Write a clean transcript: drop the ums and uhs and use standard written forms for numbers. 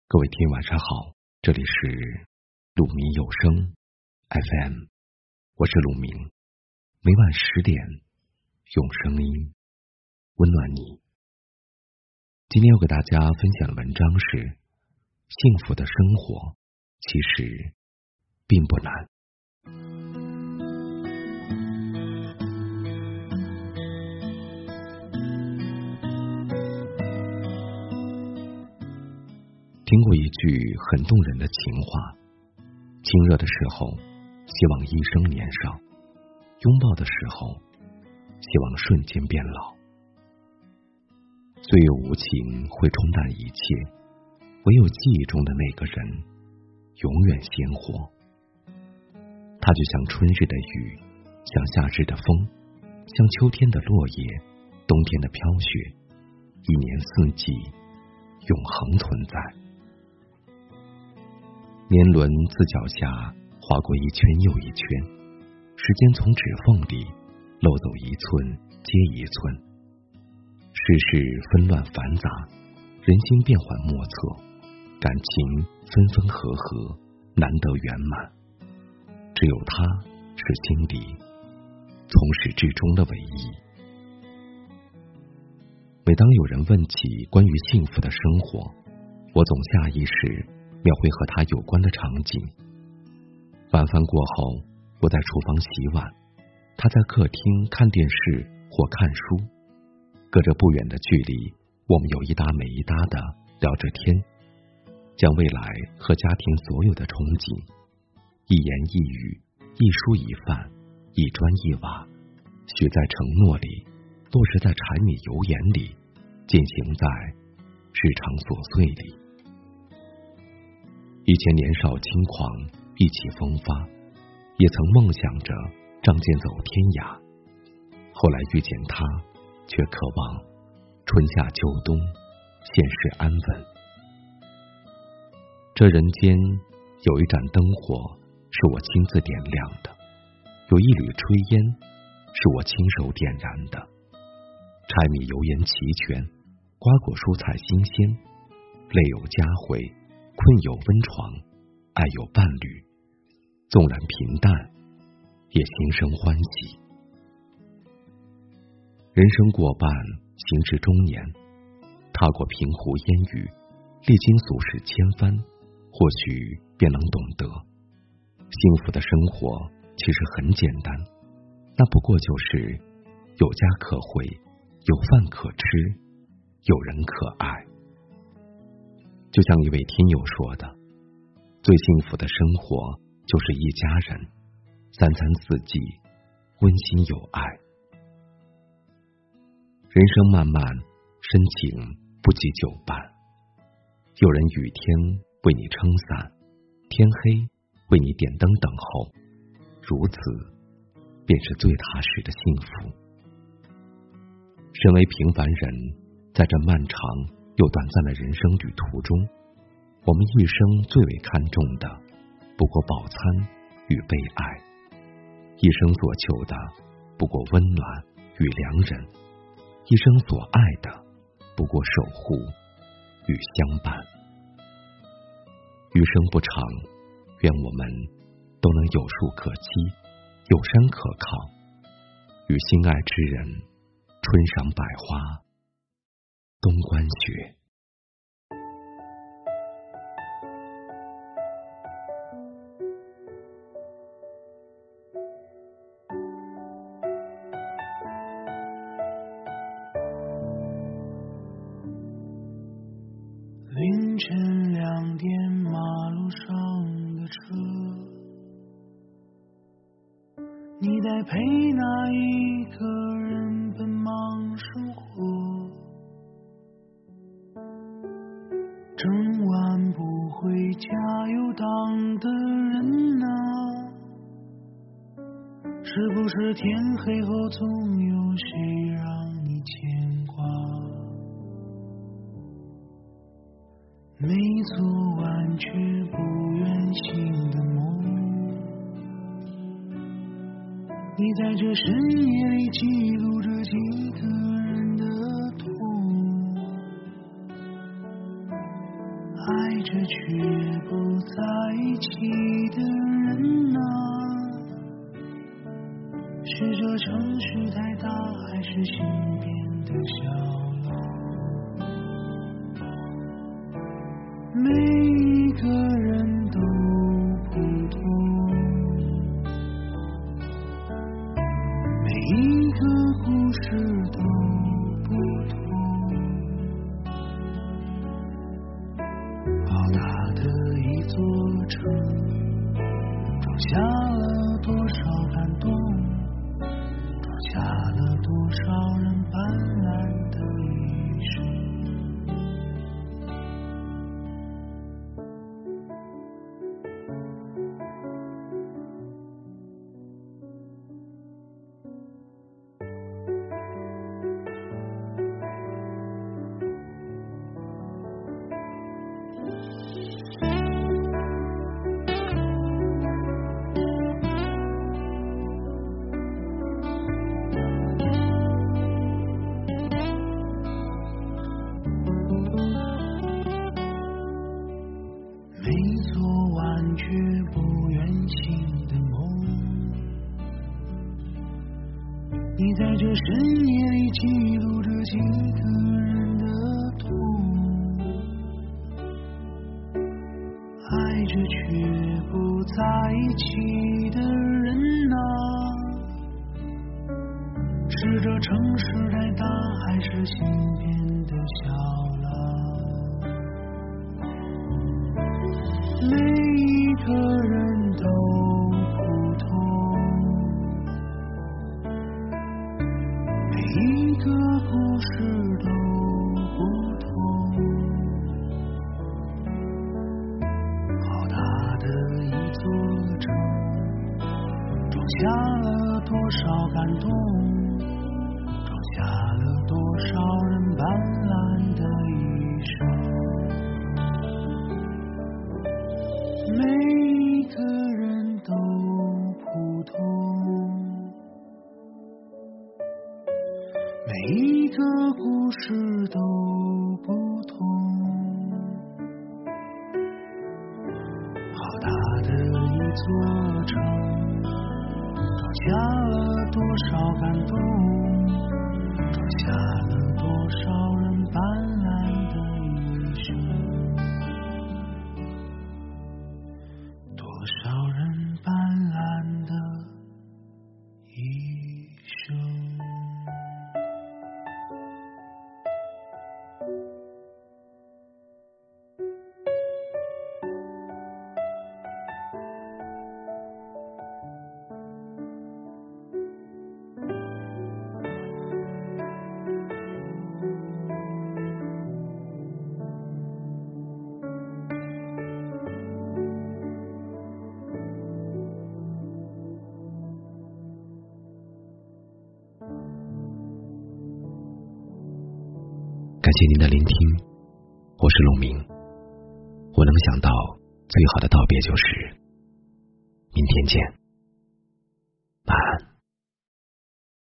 各位听友晚上好，这里是鲁明有声 FM， 我是鲁明，每晚10点用声音温暖你。今天要给大家分享的文章是：幸福的生活其实并不难。听过一句很动人的情话：亲热的时候希望一生年少，拥抱的时候希望瞬间变老。岁月无情会冲淡一切，唯有记忆中的那个人永远鲜活。它就像春日的雨，像夏日的风，像秋天的落叶，冬天的飘雪，一年四季永恒存在。年轮自脚下划过一圈又一圈，时间从指缝里漏走一寸接一寸。世事纷乱繁杂，人心变幻莫测，感情分分合合，难得圆满。只有它是心底从始至终的唯一。每当有人问起关于幸福的生活，我总下意识描绘和他有关的场景。晚饭过后，我在厨房洗碗，他在客厅看电视或看书。隔着不远的距离，我们有一搭没一搭的聊着天，将未来和家庭所有的憧憬，一言一语，一蔬一饭，一砖一瓦，许在承诺里，落实在柴米油盐里，进行在日常琐碎里。以前年少轻狂，意气风发，也曾梦想着仗剑走天涯。后来遇见他，却渴望春夏秋冬现世安稳。这人间有一盏灯火是我亲自点亮的，有一缕炊烟是我亲手点燃的。柴米油盐齐全，瓜果蔬菜新鲜，累有家回，困有温床，爱有伴侣，纵然平淡，也心生欢喜。人生过半，行至中年，踏过平湖烟雨，历经俗世千帆，或许便能懂得，幸福的生活其实很简单，那不过就是有家可回，有饭可吃，有人可爱。就像一位听友说的，最幸福的生活就是一家人，三餐四季温馨有爱。人生漫漫，深情不及久伴。有人雨天为你撑伞，天黑为你点灯等候，如此便是最踏实的幸福。身为平凡人，在这漫长又短暂的人生旅途中，我们一生最为看重的不过饱餐与被爱，一生所求的不过温暖与良人，一生所爱的不过守护与相伴。余生不长，愿我们都能有树可栖，有山可靠，与心爱之人春赏百花，冬观雪。 凌晨2点，马路上的车，你在陪哪一个人奔忙生活？整晚不回家游荡的人啊，是不是天黑后总有谁让你牵挂？没做完却不愿醒的梦，你在这深夜里记录着几个人的痛。 爱着却不在一起的人啊，是这城市太大，还是心变得小了？每一个人都不同，每一个故事都不同。好大的一座城，装下了多少感动，装下了多少人斑斓的一生。却不愿醒的梦，你在这深夜里记录着几个人的痛，爱着却不在一起的人啊，是这城市太大，还是心变得小了？每一个人都不同，每一个故事都不同。好大的一座城，装下了多少感动，装下了多少人斑斓的一生。每一个人都普通，每一个故事都不同。好大的一座城，装下了多少感动，装下了多少人斑斓的一生。多少人斑斓的一生。 感谢您的聆听，我是陆明。我能想到最好的道别就是明天见，晚安。